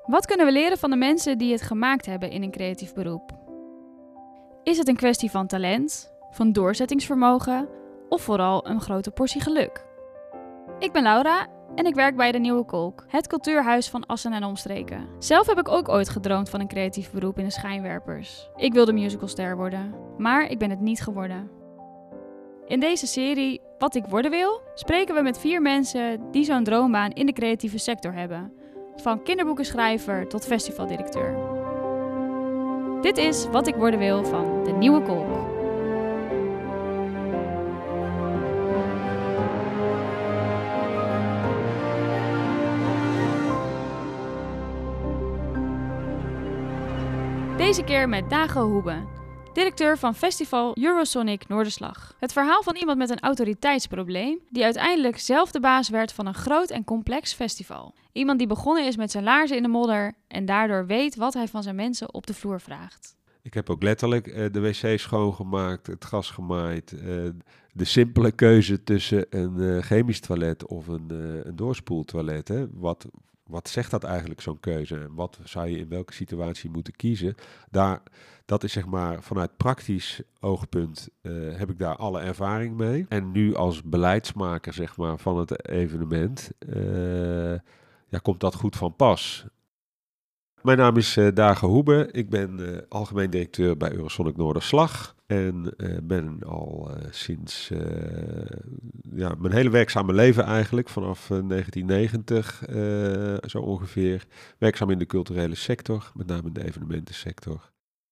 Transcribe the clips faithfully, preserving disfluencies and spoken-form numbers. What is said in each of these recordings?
Wat kunnen we leren van de mensen die het gemaakt hebben in een creatief beroep? Is het een kwestie van talent, van doorzettingsvermogen of vooral een grote portie geluk? Ik ben Laura en ik werk bij De Nieuwe Kolk, het cultuurhuis van Assen en omstreken. Zelf heb ik ook ooit gedroomd van een creatief beroep in de schijnwerpers. Ik wilde musicalster worden, maar ik ben het niet geworden. In deze serie Wat ik worden wil, spreken we met vier mensen die zo'n droombaan in de creatieve sector hebben. Van kinderboekenschrijver tot festivaldirecteur. Dit is Wat ik worden wil van De Nieuwe Kolk. Deze keer met Dago Hoebe, directeur van festival Eurosonic Noorderslag. Het verhaal van iemand met een autoriteitsprobleem die uiteindelijk zelf de baas werd van een groot en complex festival. Iemand die begonnen is met zijn laarzen in de modder en daardoor weet wat hij van zijn mensen op de vloer vraagt. Ik heb ook letterlijk uh, de wc's schoongemaakt, het gas gemaaid. Uh, de simpele keuze tussen een uh, chemisch toilet of een, uh, een doorspoeltoilet. Hè? Wat, wat zegt dat eigenlijk, zo'n keuze? En wat zou je in welke situatie moeten kiezen? Daar, dat is zeg maar vanuit praktisch oogpunt uh, heb ik daar alle ervaring mee. En nu als beleidsmaker zeg maar, van het evenement uh, ja, komt dat goed van pas. Mijn naam is uh, Dago Hoebe. Ik ben uh, algemeen directeur bij Eurosonic Noorderslag. En uh, ben al uh, sinds uh, ja, mijn hele werkzame leven eigenlijk, vanaf uh, negentien negentig uh, zo ongeveer, werkzaam in de culturele sector, met name in de evenementensector.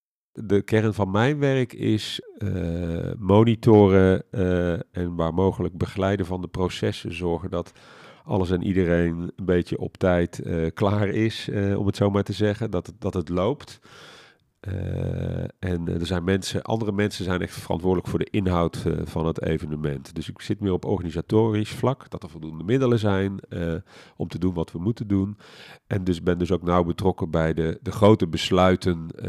De kern van mijn werk is uh, monitoren uh, en waar mogelijk begeleiden van de processen, zorgen dat alles en iedereen een beetje op tijd uh, klaar is, uh, om het zo maar te zeggen, dat het, dat het loopt. Uh, en uh, er zijn mensen, andere mensen zijn echt verantwoordelijk voor de inhoud uh, van het evenement. Dus ik zit meer op organisatorisch vlak, dat er voldoende middelen zijn uh, om te doen wat we moeten doen. En dus ben dus ook nauw betrokken bij de, de grote besluiten, uh,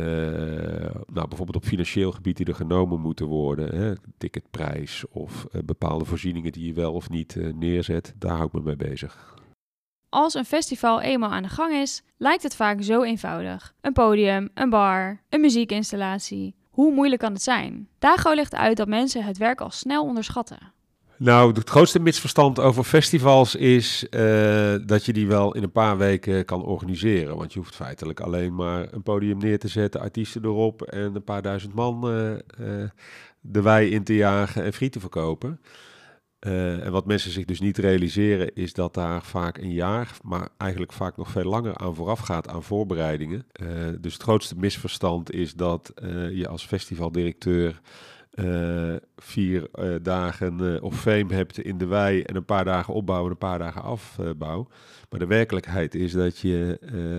nou, bijvoorbeeld op financieel gebied die er genomen moeten worden. Hè, ticketprijs of uh, bepaalde voorzieningen die je wel of niet uh, neerzet. Daar hou ik me mee bezig. Als een festival eenmaal aan de gang is, lijkt het vaak zo eenvoudig. Een podium, een bar, een muziekinstallatie. Hoe moeilijk kan het zijn? Dago legt uit dat mensen het werk al snel onderschatten. Nou, het grootste misverstand over festivals is uh, dat je die wel in een paar weken kan organiseren. Want je hoeft feitelijk alleen maar een podium neer te zetten, artiesten erop en een paar duizend man uh, uh, de wei in te jagen en friet te verkopen. Uh, en wat mensen zich dus niet realiseren is dat daar vaak een jaar, maar eigenlijk vaak nog veel langer aan vooraf gaat aan voorbereidingen. Uh, dus het grootste misverstand is dat uh, je als festivaldirecteur uh, vier uh, dagen uh, of fame hebt in de wei en een paar dagen opbouw en een paar dagen afbouw. Maar de werkelijkheid is dat je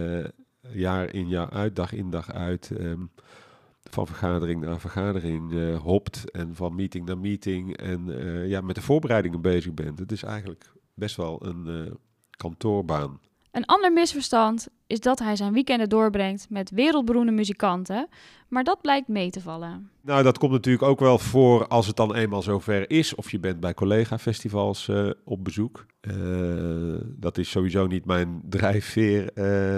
uh, jaar in jaar uit, dag in dag uit, Um, van vergadering naar vergadering uh, hopt en van meeting naar meeting en uh, ja, met de voorbereidingen bezig bent. Het is eigenlijk best wel een uh, kantoorbaan. Een ander misverstand is dat hij zijn weekenden doorbrengt met wereldberoemde muzikanten, maar dat blijkt mee te vallen. Nou, dat komt natuurlijk ook wel voor als het dan eenmaal zover is of je bent bij collega-festivals uh, op bezoek. Uh, dat is sowieso niet mijn drijfveer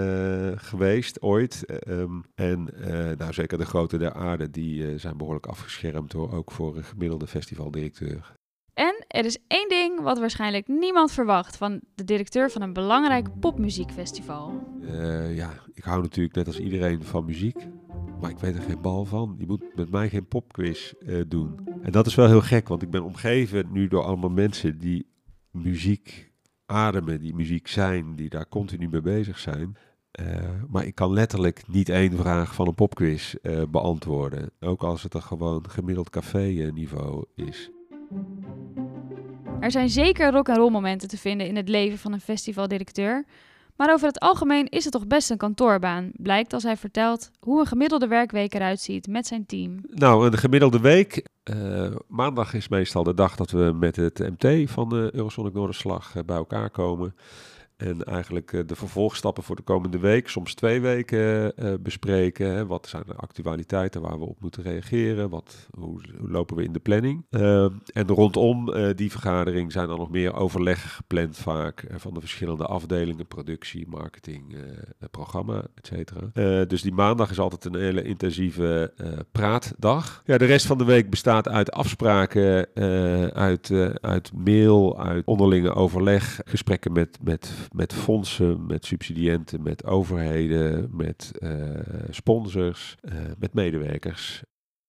uh, geweest, ooit. Uh, um, en uh, nou, zeker de grote der aarde, die uh, zijn behoorlijk afgeschermd hoor, ook voor een gemiddelde festivaldirecteur. En er is één ding wat waarschijnlijk niemand verwacht van de directeur van een belangrijk popmuziekfestival. Uh, ja, ik hou natuurlijk net als iedereen van muziek, maar ik weet er geen bal van. Je moet met mij geen popquiz uh, doen. En dat is wel heel gek, want ik ben omgeven nu door allemaal mensen die muziek ademen, die muziek zijn, die daar continu mee bezig zijn. Uh, maar ik kan letterlijk niet één vraag van een popquiz uh, beantwoorden. Ook als het een gewoon gemiddeld café-niveau is. Er zijn zeker rock-and-roll momenten te vinden in het leven van een festivaldirecteur. Maar over het algemeen is het toch best een kantoorbaan, blijkt als hij vertelt hoe een gemiddelde werkweek eruit ziet met zijn team. Nou, een gemiddelde week. Uh, maandag is meestal de dag dat we met het M T van de Eurosonic Noorderslag uh, bij elkaar komen. En eigenlijk uh, de vervolgstappen voor de komende week, soms twee weken uh, bespreken. Hè. Wat zijn de actualiteiten waar we op moeten reageren? Wat, hoe, hoe lopen we in de planning? Uh, en rondom uh, die vergadering zijn er nog meer overleg gepland vaak. Uh, van de verschillende afdelingen, productie, marketing, uh, programma, et cetera. Uh, dus die maandag is altijd een hele intensieve uh, praatdag. Ja, de rest van de week bestaat uit afspraken, uh, uit, uh, uit mail, uit onderlinge overleg, gesprekken met, met, met fondsen, met subsidiënten, met overheden, met uh, sponsors, uh, met medewerkers.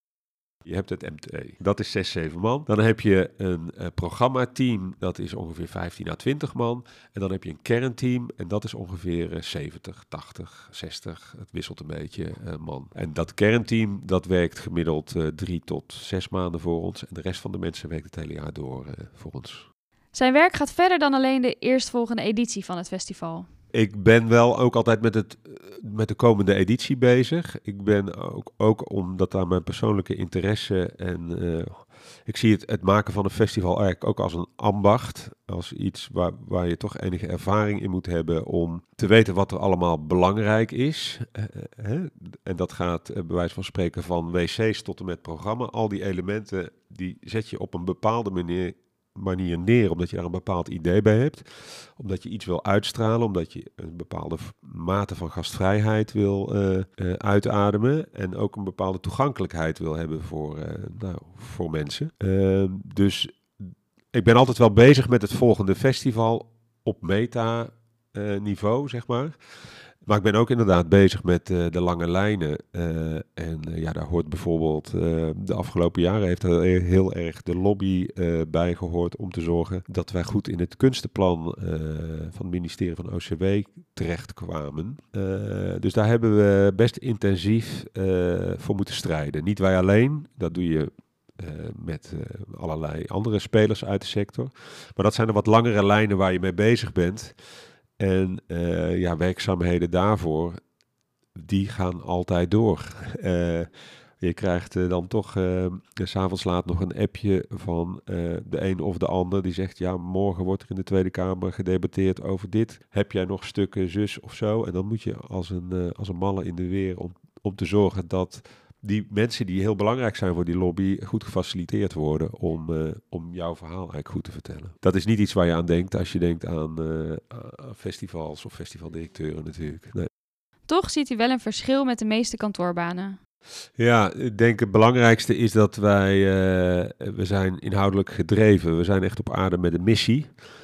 Je hebt het M T, dat is zes, zeven man. Dan heb je een uh, programmateam, dat is ongeveer vijftien à twintig man. En dan heb je een kernteam en dat is ongeveer uh, zeventig, tachtig, zestig. Het wisselt een beetje uh, man. En dat kernteam, dat werkt gemiddeld uh, drie tot zes maanden voor ons. En de rest van de mensen werkt het hele jaar door uh, voor ons. Zijn werk gaat verder dan alleen de eerstvolgende editie van het festival. Ik ben wel ook altijd met, het, met de komende editie bezig. Ik ben ook, ook omdat daar mijn persoonlijke interesse en uh, ik zie het, het maken van een festival eigenlijk ook als een ambacht. Als iets waar, waar je toch enige ervaring in moet hebben om te weten wat er allemaal belangrijk is. Uh, hè? En dat gaat uh, bij wijze van spreken van wc's tot en met programma. Al die elementen die zet je op een bepaalde manier manier neer, omdat je daar een bepaald idee bij hebt, omdat je iets wil uitstralen, omdat je een bepaalde mate van gastvrijheid wil uh, uh, uitademen en ook een bepaalde toegankelijkheid wil hebben voor, uh, nou, voor mensen. Uh, dus ik ben altijd wel bezig met het volgende festival op meta uh, niveau, zeg maar. Maar ik ben ook inderdaad bezig met uh, de lange lijnen. Uh, en uh, ja, daar hoort bijvoorbeeld uh, de afgelopen jaren heeft er heel erg de lobby uh, bij gehoord om te zorgen dat wij goed in het kunstenplan uh, van het ministerie van O C W terechtkwamen. Uh, dus daar hebben we best intensief uh, voor moeten strijden. Niet wij alleen, dat doe je Uh, met uh, allerlei andere spelers uit de sector. Maar dat zijn er wat langere lijnen waar je mee bezig bent. En uh, ja, werkzaamheden daarvoor, die gaan altijd door. Uh, je krijgt uh, dan toch uh, 's avonds laat nog een appje van uh, de een of de ander die zegt, ja, morgen wordt er in de Tweede Kamer gedebatteerd over dit. Heb jij nog stukken zus of zo? En dan moet je als een, uh, als een malle in de weer om, om te zorgen dat die mensen die heel belangrijk zijn voor die lobby goed gefaciliteerd worden om, uh, om jouw verhaal eigenlijk goed te vertellen. Dat is niet iets waar je aan denkt als je denkt aan, uh, aan festivals of festivaldirecteuren natuurlijk. Nee. Toch ziet u wel een verschil met de meeste kantoorbanen. Ja, ik denk het belangrijkste is dat wij, uh, we zijn inhoudelijk gedreven. We zijn echt op aarde met een missie.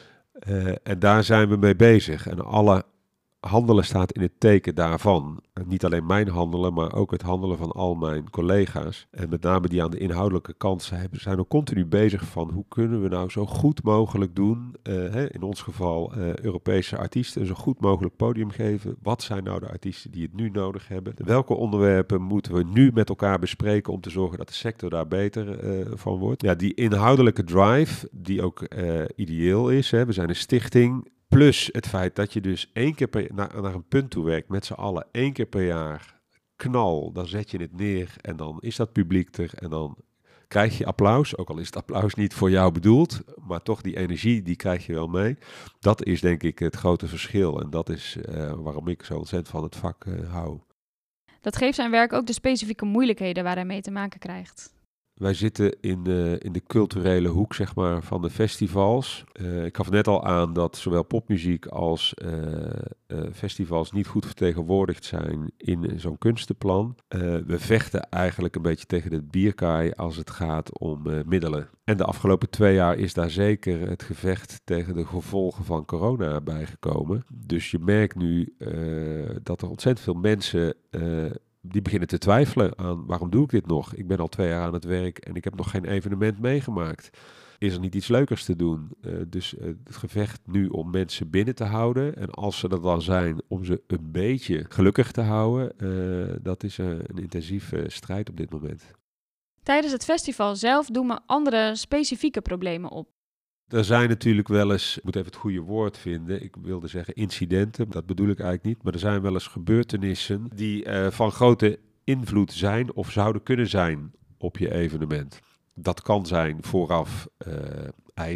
Uh, en daar zijn we mee bezig. En alle handelen staat in het teken daarvan. En niet alleen mijn handelen, maar ook het handelen van al mijn collega's. En met name die aan de inhoudelijke kant zijn, zijn ook continu bezig van hoe kunnen we nou zo goed mogelijk doen, uh, hè, in ons geval uh, Europese artiesten, een zo goed mogelijk podium geven. Wat zijn nou de artiesten die het nu nodig hebben? Welke onderwerpen moeten we nu met elkaar bespreken om te zorgen dat de sector daar beter uh, van wordt? Ja, die inhoudelijke drive, die ook uh, ideeel is. Hè. We zijn een stichting. Plus het feit dat je dus één keer per, naar, naar een punt toe werkt met z'n allen, één keer per jaar, knal, dan zet je het neer en dan is dat publiek er en dan krijg je applaus. Ook al is het applaus niet voor jou bedoeld, maar toch die energie, die krijg je wel mee. Dat is denk ik het grote verschil en dat is uh, waarom ik zo ontzettend van het vak uh, hou. Dat geeft zijn werk ook de specifieke moeilijkheden waar hij mee te maken krijgt. Wij zitten in de, in de culturele hoek, zeg maar, van de festivals. Uh, ik gaf net al aan dat zowel popmuziek als uh, uh, festivals niet goed vertegenwoordigd zijn in zo'n kunstenplan. Uh, we vechten eigenlijk een beetje tegen de bierkaai als het gaat om uh, middelen. En de afgelopen twee jaar is daar zeker het gevecht tegen de gevolgen van corona bijgekomen. Dus je merkt nu uh, dat er ontzettend veel mensen Uh, die beginnen te twijfelen aan waarom doe ik dit nog? Ik ben al twee jaar aan het werk en ik heb nog geen evenement meegemaakt. Is er niet iets leukers te doen? Uh, dus uh, het gevecht nu om mensen binnen te houden. En als ze er dan zijn, om ze een beetje gelukkig te houden. Uh, dat is uh, een intensieve strijd op dit moment. Tijdens het festival zelf doen we andere specifieke problemen op. Er zijn natuurlijk wel eens, ik moet even het goede woord vinden, ik wilde zeggen incidenten, dat bedoel ik eigenlijk niet, maar er zijn wel eens gebeurtenissen die uh, van grote invloed zijn of zouden kunnen zijn op je evenement. Dat kan zijn vooraf uh, ijzel,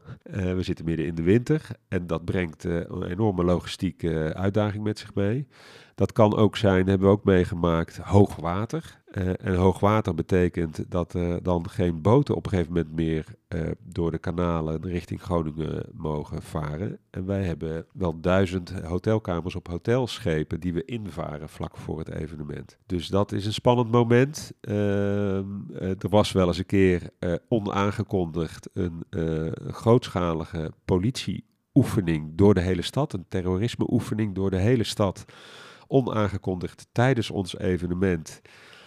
Uh, we zitten midden in de winter en dat brengt uh, een enorme logistieke uitdaging met zich mee. Dat kan ook zijn, hebben we ook meegemaakt, hoogwater. Uh, en hoogwater betekent dat er dan geen boten op een gegeven moment meer uh, door de kanalen richting Groningen mogen varen. En wij hebben wel duizend hotelkamers op hotelschepen die we invaren vlak voor het evenement. Dus dat is een spannend moment. Uh, uh, er was wel eens een keer uh, onaangekondigd een uh, grootschalige politieoefening door de hele stad. Een terrorismeoefening door de hele stad. Onaangekondigd tijdens ons evenement.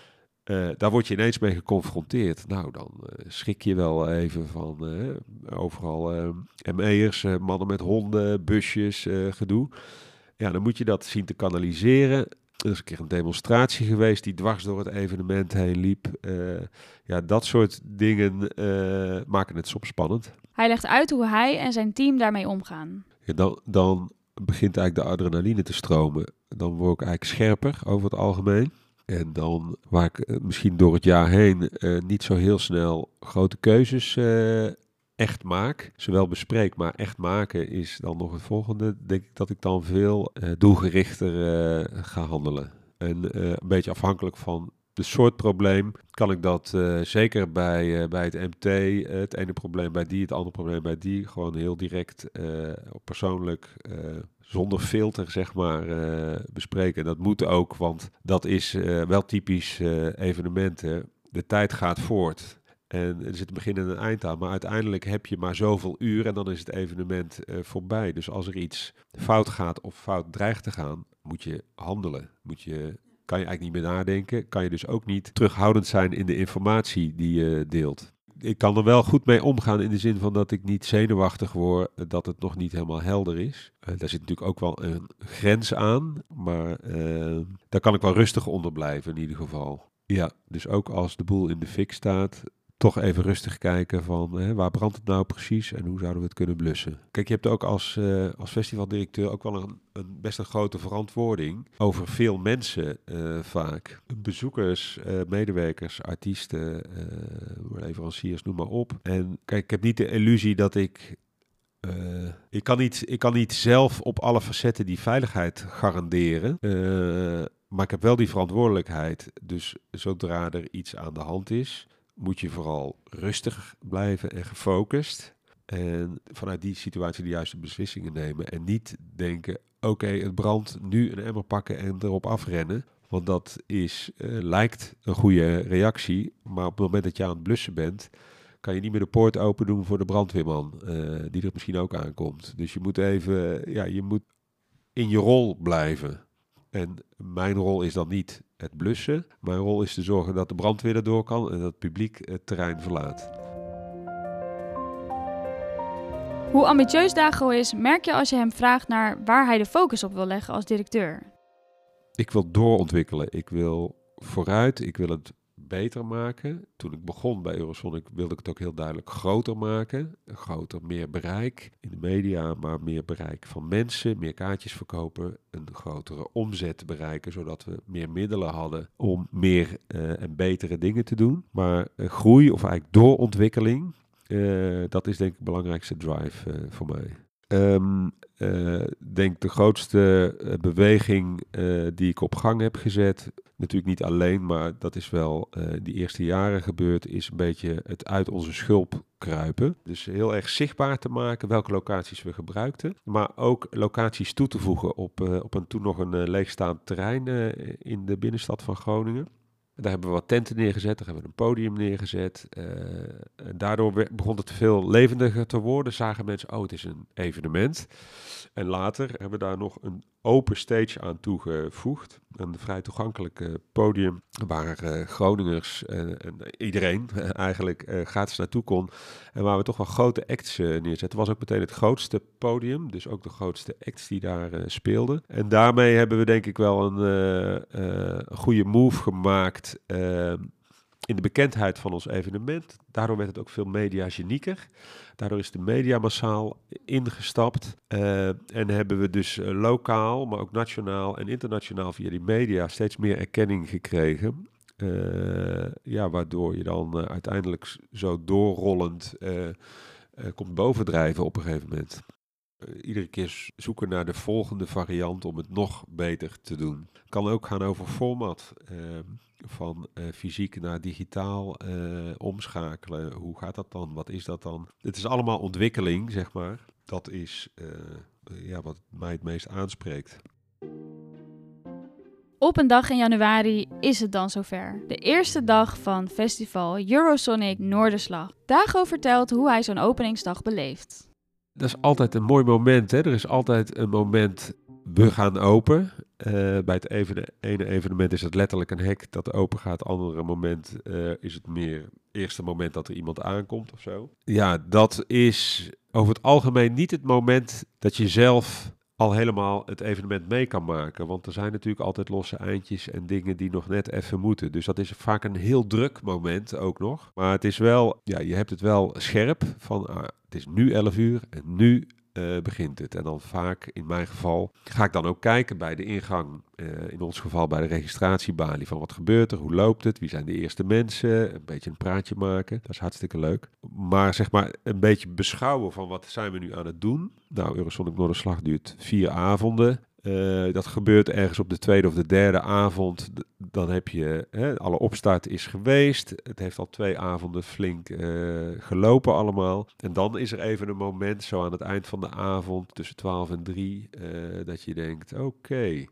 Uh, daar word je ineens mee geconfronteerd. Nou, dan uh, schrik je wel even van uh, overal uh, M E'ers, uh, mannen met honden, busjes, uh, gedoe. Ja, dan moet je dat zien te kanaliseren. Er is een keer een demonstratie geweest die dwars door het evenement heen liep. Uh, ja, dat soort dingen uh, maken het soms spannend. Hij legt uit hoe hij en zijn team daarmee omgaan. Ja, dan, dan begint eigenlijk de adrenaline te stromen. Dan word ik eigenlijk scherper over het algemeen. En dan, waar ik uh, misschien door het jaar heen uh, niet zo heel snel grote keuzes uh, echt maak. Zowel bespreek, maar echt maken is dan nog het volgende. Denk ik dat ik dan veel uh, doelgerichter uh, ga handelen. En uh, een beetje afhankelijk van de soort probleem kan ik dat uh, zeker bij, uh, bij het M T, uh, het ene probleem bij die, het andere probleem bij die, gewoon heel direct uh, persoonlijk, uh, zonder filter zeg maar, uh, bespreken. Dat moet ook, want dat is uh, wel typisch uh, evenementen. De tijd gaat voort. En er zit een begin en een eind aan, maar uiteindelijk heb je maar zoveel uur en dan is het evenement uh, voorbij. Dus als er iets fout gaat of fout dreigt te gaan, moet je handelen, moet je... Kan je eigenlijk niet meer nadenken. Kan je dus ook niet terughoudend zijn in de informatie die je deelt. Ik kan er wel goed mee omgaan in de zin van dat ik niet zenuwachtig word dat het nog niet helemaal helder is. Uh, daar zit natuurlijk ook wel een grens aan. Maar uh, daar kan ik wel rustig onder blijven in ieder geval. Ja, dus ook als de boel in de fik staat, toch even rustig kijken van hè, waar brandt het nou precies en hoe zouden we het kunnen blussen. Kijk, je hebt ook als, uh, als festivaldirecteur ook wel een, een best een grote verantwoording over veel mensen uh, vaak. Bezoekers, uh, medewerkers, artiesten, uh, leveranciers, noem maar op. En kijk, ik heb niet de illusie dat ik... Uh, ik, kan niet, ik kan niet zelf op alle facetten die veiligheid garanderen. Uh, maar ik heb wel die verantwoordelijkheid. Dus zodra er iets aan de hand is, moet je vooral rustig blijven en gefocust. En vanuit die situatie de juiste beslissingen nemen. En niet denken, oké, okay, het brandt, nu een emmer pakken en erop afrennen. Want dat is, uh, lijkt een goede reactie. Maar op het moment dat je aan het blussen bent, kan je niet meer de poort open doen voor de brandweerman. Uh, die er misschien ook aankomt. Dus je moet even, ja, je moet in je rol blijven. En mijn rol is dan niet het blussen. Mijn rol is te zorgen dat de brandweer erdoor kan en dat het publiek het terrein verlaat. Hoe ambitieus Dago is, merk je als je hem vraagt naar waar hij de focus op wil leggen als directeur. Ik wil doorontwikkelen. Ik wil vooruit. Ik wil het beter maken. Toen ik begon bij Eurosonic wilde ik het ook heel duidelijk groter maken. Groter, meer bereik in de media, maar meer bereik van mensen, meer kaartjes verkopen, een grotere omzet bereiken, zodat we meer middelen hadden om meer uh, en betere dingen te doen. Maar uh, groei of eigenlijk doorontwikkeling, uh, dat is denk ik de belangrijkste drive uh, voor mij. Ik um, uh, denk de grootste uh, beweging uh, die ik op gang heb gezet, natuurlijk niet alleen, maar dat is wel uh, die eerste jaren gebeurd, is een beetje het uit onze schulp kruipen. Dus heel erg zichtbaar te maken welke locaties we gebruikten, maar ook locaties toe te voegen op, uh, op een toen nog een uh, leegstaand terrein uh, in de binnenstad van Groningen. Daar hebben we wat tenten neergezet, daar hebben we een podium neergezet. Uh, en daardoor begon het veel levendiger te worden. Zagen mensen, oh, het is een evenement. En later hebben we daar nog een open stage aan toegevoegd. Een vrij toegankelijk uh, podium waar uh, Groningers uh, en iedereen uh, eigenlijk uh, gratis naartoe kon. En waar we toch wel grote acts uh, neerzetten. Het was ook meteen het grootste podium, dus ook de grootste acts die daar uh, speelden. En daarmee hebben we denk ik wel een, uh, uh, een goede move gemaakt uh, in de bekendheid van ons evenement. Daardoor werd het ook veel mediagenieker. Daardoor is de media massaal ingestapt. Uh, en hebben we dus uh, lokaal, maar ook nationaal en internationaal via die media steeds meer erkenning gekregen. Uh, ja, waardoor je dan uh, uiteindelijk zo doorrollend uh, uh, komt bovendrijven op een gegeven moment. Uh, iedere keer zoeken naar de volgende variant om het nog beter te doen. Het kan ook gaan over format. Uh, van uh, fysiek naar digitaal uh, omschakelen. Hoe gaat dat dan? Wat is dat dan? Het is allemaal ontwikkeling, zeg maar. Dat is uh, ja, wat mij het meest aanspreekt. Op een dag in januari is het dan zover. De eerste dag van festival Eurosonic Noorderslag. Dago vertelt hoe hij zo'n openingsdag beleeft. Dat is altijd een mooi moment. Hè? Er is altijd een moment, we gaan open. Uh, bij het even, ene evenement is het letterlijk een hek dat open gaat. Het andere moment uh, is het meer het eerste moment dat er iemand aankomt of zo. Ja, dat is over het algemeen niet het moment dat je zelf al helemaal het evenement mee kan maken. Want er zijn natuurlijk altijd losse eindjes en dingen die nog net even moeten. Dus dat is vaak een heel druk moment ook nog. Maar het is wel, ja, je hebt het wel scherp van, ah, het is nu elf uur en nu uh, begint het. En dan vaak, in mijn geval, ga ik dan ook kijken bij de ingang. Uh, in ons geval bij de registratiebalie van wat gebeurt er, hoe loopt het, wie zijn de eerste mensen. Een beetje een praatje maken, dat is hartstikke leuk. Maar zeg maar een beetje beschouwen van wat zijn we nu aan het doen. Nou, Eurosonic Noorderslag duurt vier avonden. Uh, dat gebeurt ergens op de tweede of de derde avond. D- dan heb je, hè, alle opstart is geweest. Het heeft al twee avonden flink uh, gelopen allemaal. En dan is er even een moment, zo aan het eind van de avond, tussen twaalf en drie, uh, dat je denkt, oké. Okay,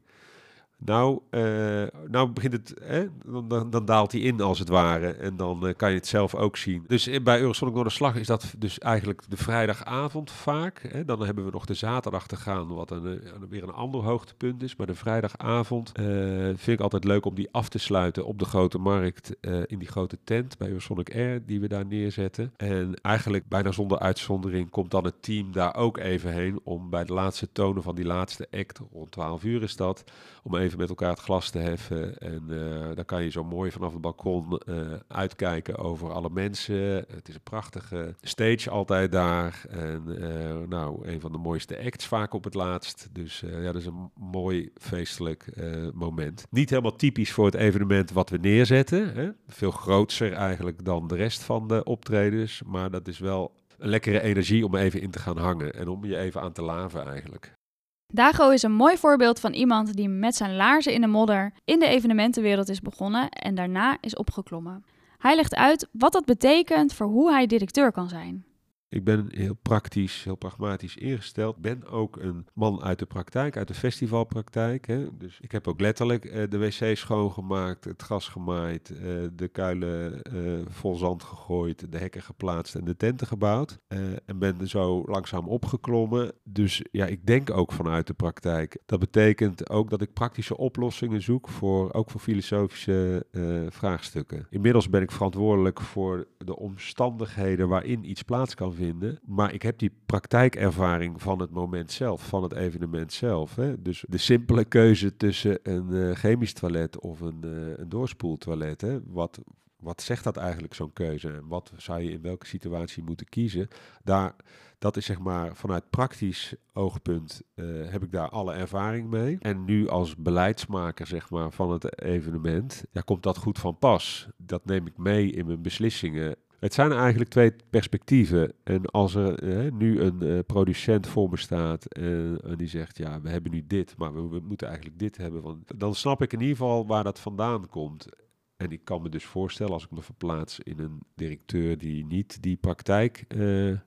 Nou, uh, nou begint het, hè? Dan, dan, dan daalt hij in als het ware en dan uh, kan je het zelf ook zien. Dus bij Eurosonic Noorderslag is dat dus eigenlijk de vrijdagavond vaak. Hè? Dan hebben we nog de zaterdag te gaan, wat een, een, weer een ander hoogtepunt is. Maar de vrijdagavond uh, vind ik altijd leuk om die af te sluiten op de Grote Markt, uh, in die grote tent bij Eurosonic Air die we daar neerzetten. En eigenlijk bijna zonder uitzondering komt dan het team daar ook even heen om bij de laatste tonen van die laatste act, rond twaalf uur is dat, om even met elkaar het glas te heffen. En uh, dan kan je zo mooi vanaf het balkon uh, uitkijken over alle mensen. Het is een prachtige stage altijd daar. En uh, nou, een van de mooiste acts vaak op het laatst. Dus uh, ja, dat is een mooi feestelijk uh, moment. Niet helemaal typisch voor het evenement wat we neerzetten. Hè? Veel grootser eigenlijk dan de rest van de optredens. Maar dat is wel een lekkere energie om even in te gaan hangen. En om je even aan te laven eigenlijk. Dago is een mooi voorbeeld van iemand die met zijn laarzen in de modder in de evenementenwereld is begonnen en daarna is opgeklommen. Hij legt uit wat dat betekent voor hoe hij directeur kan zijn. Ik ben heel praktisch, heel pragmatisch ingesteld. Ik ben ook een man uit de praktijk, uit de festivalpraktijk. Hè. Dus ik heb ook letterlijk uh, de wc's schoongemaakt, het gas gemaaid, uh, de kuilen uh, vol zand gegooid, de hekken geplaatst en de tenten gebouwd. Uh, en ben er zo langzaam opgeklommen. Dus ja, ik denk ook vanuit de praktijk. Dat betekent ook dat ik praktische oplossingen zoek, voor, ook voor filosofische uh, vraagstukken. Inmiddels ben ik verantwoordelijk voor de omstandigheden waarin iets plaats kan vinden. Maar ik heb die praktijkervaring van het moment zelf, van het evenement zelf. Hè. Dus de simpele keuze tussen een uh, chemisch toilet of een, uh, een doorspoeltoilet. Hè. Wat, wat zegt dat eigenlijk, zo'n keuze? En wat zou je in welke situatie moeten kiezen? Daar, dat is zeg maar vanuit praktisch oogpunt uh, heb ik daar alle ervaring mee. En nu als beleidsmaker zeg maar van het evenement, ja, komt dat goed van pas. Dat neem ik mee in mijn beslissingen. Het zijn eigenlijk twee perspectieven. En als er eh, nu een uh, producent voor me staat en, en die zegt, ja, we hebben nu dit, maar we, we moeten eigenlijk dit hebben. Want dan snap ik in ieder geval waar dat vandaan komt. En ik kan me dus voorstellen, als ik me verplaats in een directeur die niet die praktijkervaring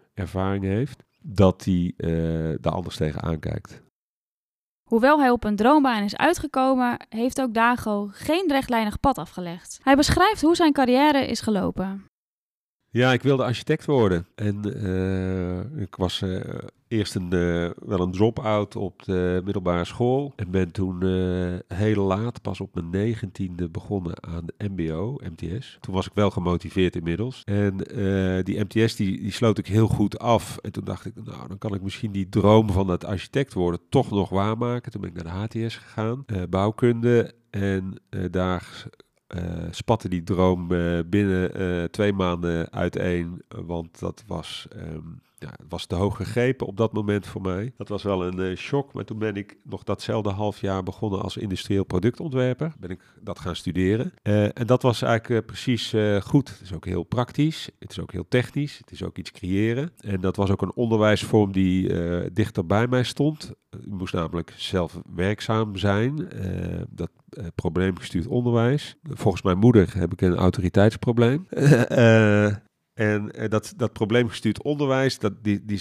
uh, heeft, dat die uh, daar anders tegen aankijkt. Hoewel hij op een droombaan is uitgekomen, heeft ook Dago geen rechtlijnig pad afgelegd. Hij beschrijft hoe zijn carrière is gelopen. Ja, ik wilde architect worden. En uh, ik was uh, eerst een, uh, wel een drop-out op de middelbare school. En ben toen uh, heel laat, pas op mijn negentiende, begonnen aan de M B O, M T S. Toen was ik wel gemotiveerd inmiddels. En uh, die M T S die, die sloot ik heel goed af. En toen dacht ik, nou, dan kan ik misschien die droom van het architect worden toch nog waarmaken. Toen ben ik naar de H T S gegaan, uh, bouwkunde. En uh, daar Uh, spatte die droom uh, binnen uh, twee maanden uiteen, want dat was, um, Ja, het was te hoog gegrepen op dat moment voor mij. Dat was wel een uh, shock, maar toen ben ik nog datzelfde half jaar begonnen als industrieel productontwerper. Ben ik dat gaan studeren. Uh, en dat was eigenlijk uh, precies uh, goed. Het is ook heel praktisch, het is ook heel technisch, het is ook iets creëren. En dat was ook een onderwijsvorm die uh, dichter bij mij stond. Ik moest namelijk zelf werkzaam zijn. Uh, dat uh, probleemgestuurd onderwijs. Volgens mijn moeder heb ik een autoriteitsprobleem. uh, En uh, dat, dat probleemgestuurd onderwijs, dat, die, die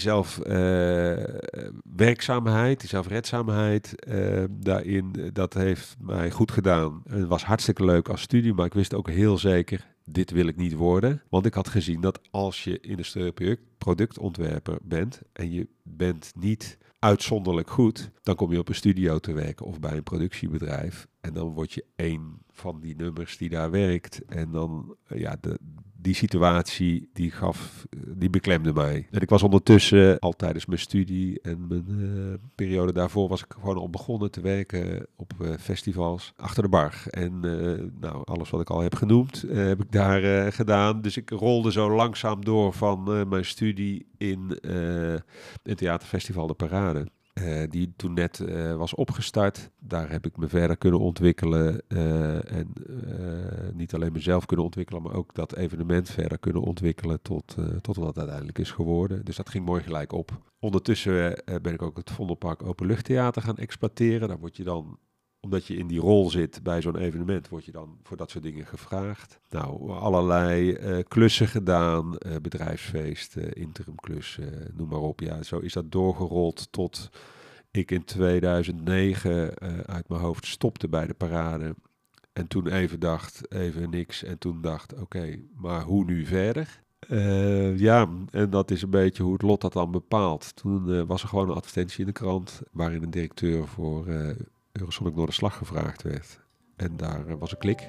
zelfwerkzaamheid, uh, die zelfredzaamheid uh, daarin, uh, dat heeft mij goed gedaan. Het was hartstikke leuk als studie, maar ik wist ook heel zeker, dit wil ik niet worden. Want ik had gezien dat als je industrieel productontwerper bent en je bent niet uitzonderlijk goed, dan kom je op een studio te werken of bij een productiebedrijf. En dan word je één van die nummers die daar werkt. En dan, uh, ja, de, die situatie, die gaf, die beklemde mij. En ik was ondertussen, al tijdens mijn studie en mijn uh, periode daarvoor, was ik gewoon al begonnen te werken op uh, festivals achter de bar. En uh, nou, alles wat ik al heb genoemd, uh, heb ik daar uh, gedaan. Dus ik rolde zo langzaam door van uh, mijn studie in uh, het theaterfestival De Parade. Uh, die toen net uh, was opgestart. Daar heb ik me verder kunnen ontwikkelen. Uh, en uh, niet alleen mezelf kunnen ontwikkelen, maar ook dat evenement verder kunnen ontwikkelen tot, uh, tot wat het uiteindelijk is geworden. Dus dat ging mooi gelijk op. Ondertussen uh, ben ik ook het Vondelpark Openluchttheater gaan exploiteren. Daar word je dan, omdat je in die rol zit bij zo'n evenement, word je dan voor dat soort dingen gevraagd. Nou, allerlei uh, klussen gedaan, uh, bedrijfsfeesten, uh, interimklussen, uh, noem maar op. Ja, zo is dat doorgerold tot ik in tweeduizend negen uh, uit mijn hoofd stopte bij de Parade. En toen even dacht, even niks. En toen dacht, oké, okay, maar hoe nu verder? Uh, ja, en dat is een beetje hoe het lot dat dan bepaalt. Toen uh, was er gewoon een advertentie in de krant waarin een directeur voor uh, Eurosonic Noorderslag gevraagd werd. En daar uh, was een klik.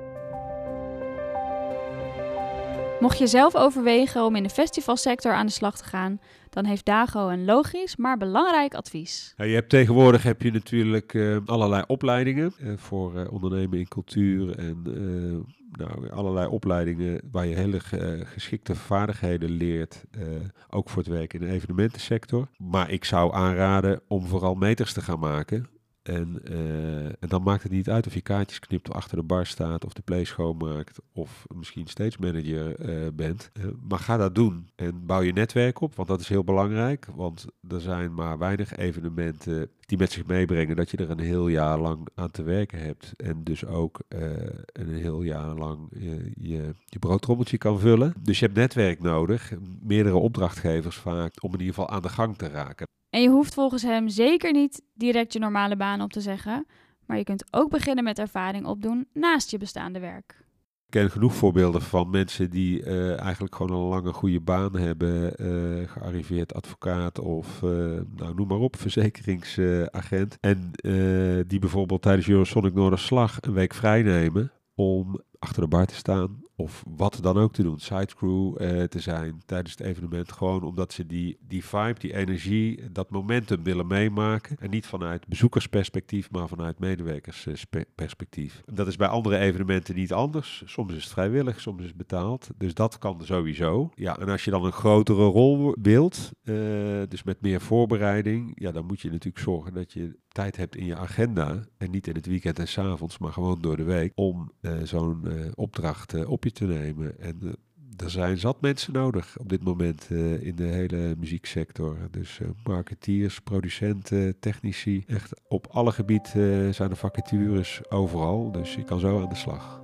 Mocht je zelf overwegen om in de festivalsector aan de slag te gaan, dan heeft Dago een logisch, maar belangrijk advies. Ja, je hebt tegenwoordig heb je natuurlijk uh, allerlei opleidingen uh, voor uh, ondernemen in cultuur en uh, nou, allerlei opleidingen waar je hele uh, geschikte vaardigheden leert, uh, ook voor het werk in de evenementensector. Maar ik zou aanraden om vooral meters te gaan maken. En, uh, en dan maakt het niet uit of je kaartjes knipt of achter de bar staat of de play schoonmaakt of misschien stage manager uh, bent. Uh, maar ga dat doen en bouw je netwerk op, want dat is heel belangrijk. Want er zijn maar weinig evenementen die met zich meebrengen dat je er een heel jaar lang aan te werken hebt. En dus ook uh, een heel jaar lang uh, je, je broodtrommeltje kan vullen. Dus je hebt netwerk nodig, meerdere opdrachtgevers vaak, om in ieder geval aan de gang te raken. En je hoeft volgens hem zeker niet direct je normale baan op te zeggen, maar je kunt ook beginnen met ervaring opdoen naast je bestaande werk. Ik ken genoeg voorbeelden van mensen die uh, eigenlijk gewoon een lange goede baan hebben, uh, gearriveerd advocaat of uh, nou, noem maar op, verzekeringsagent. Uh, en uh, die bijvoorbeeld tijdens Eurosonic Noorderslag een week vrij nemen om achter de bar te staan of wat dan ook te doen, sidecrew uh, te zijn tijdens het evenement, gewoon omdat ze die, die vibe, die energie, dat momentum willen meemaken en niet vanuit bezoekersperspectief, maar vanuit medewerkersperspectief. Dat is bij andere evenementen niet anders. Soms is het vrijwillig, soms is het betaald, dus dat kan sowieso. Ja, en als je dan een grotere rol wilt, uh, dus met meer voorbereiding, ja, dan moet je natuurlijk zorgen dat je tijd hebt in je agenda en niet in het weekend en 's avonds, maar gewoon door de week om uh, zo'n uh, opdracht uh, op je te nemen. En uh, er zijn zat mensen nodig op dit moment uh, in de hele muzieksector. Dus uh, marketeers, producenten, technici. Echt op alle gebieden uh, zijn er vacatures overal. Dus je kan zo aan de slag.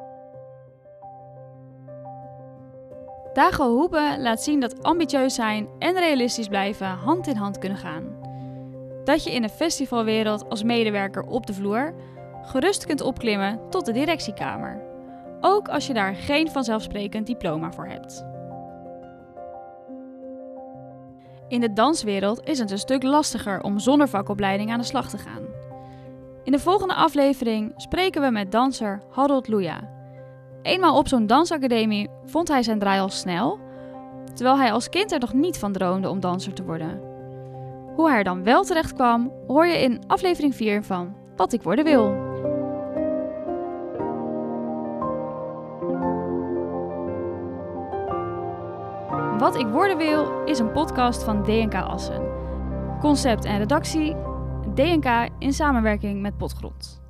Dago Hoebe laat zien dat ambitieus zijn en realistisch blijven hand in hand kunnen gaan. Dat je in een festivalwereld als medewerker op de vloer gerust kunt opklimmen tot de directiekamer. Ook als je daar geen vanzelfsprekend diploma voor hebt. In de danswereld is het een stuk lastiger om zonder vakopleiding aan de slag te gaan. In de volgende aflevering spreken we met danser Harold Louja. Eenmaal op zo'n dansacademie vond hij zijn draai al snel, terwijl hij als kind er nog niet van droomde om danser te worden. Hoe hij er dan wel terecht kwam, hoor je in aflevering vier van Wat ik worden wil. Wat ik worden wil is een podcast van D N K Assen. Concept en redactie, D N K in samenwerking met Potgrond.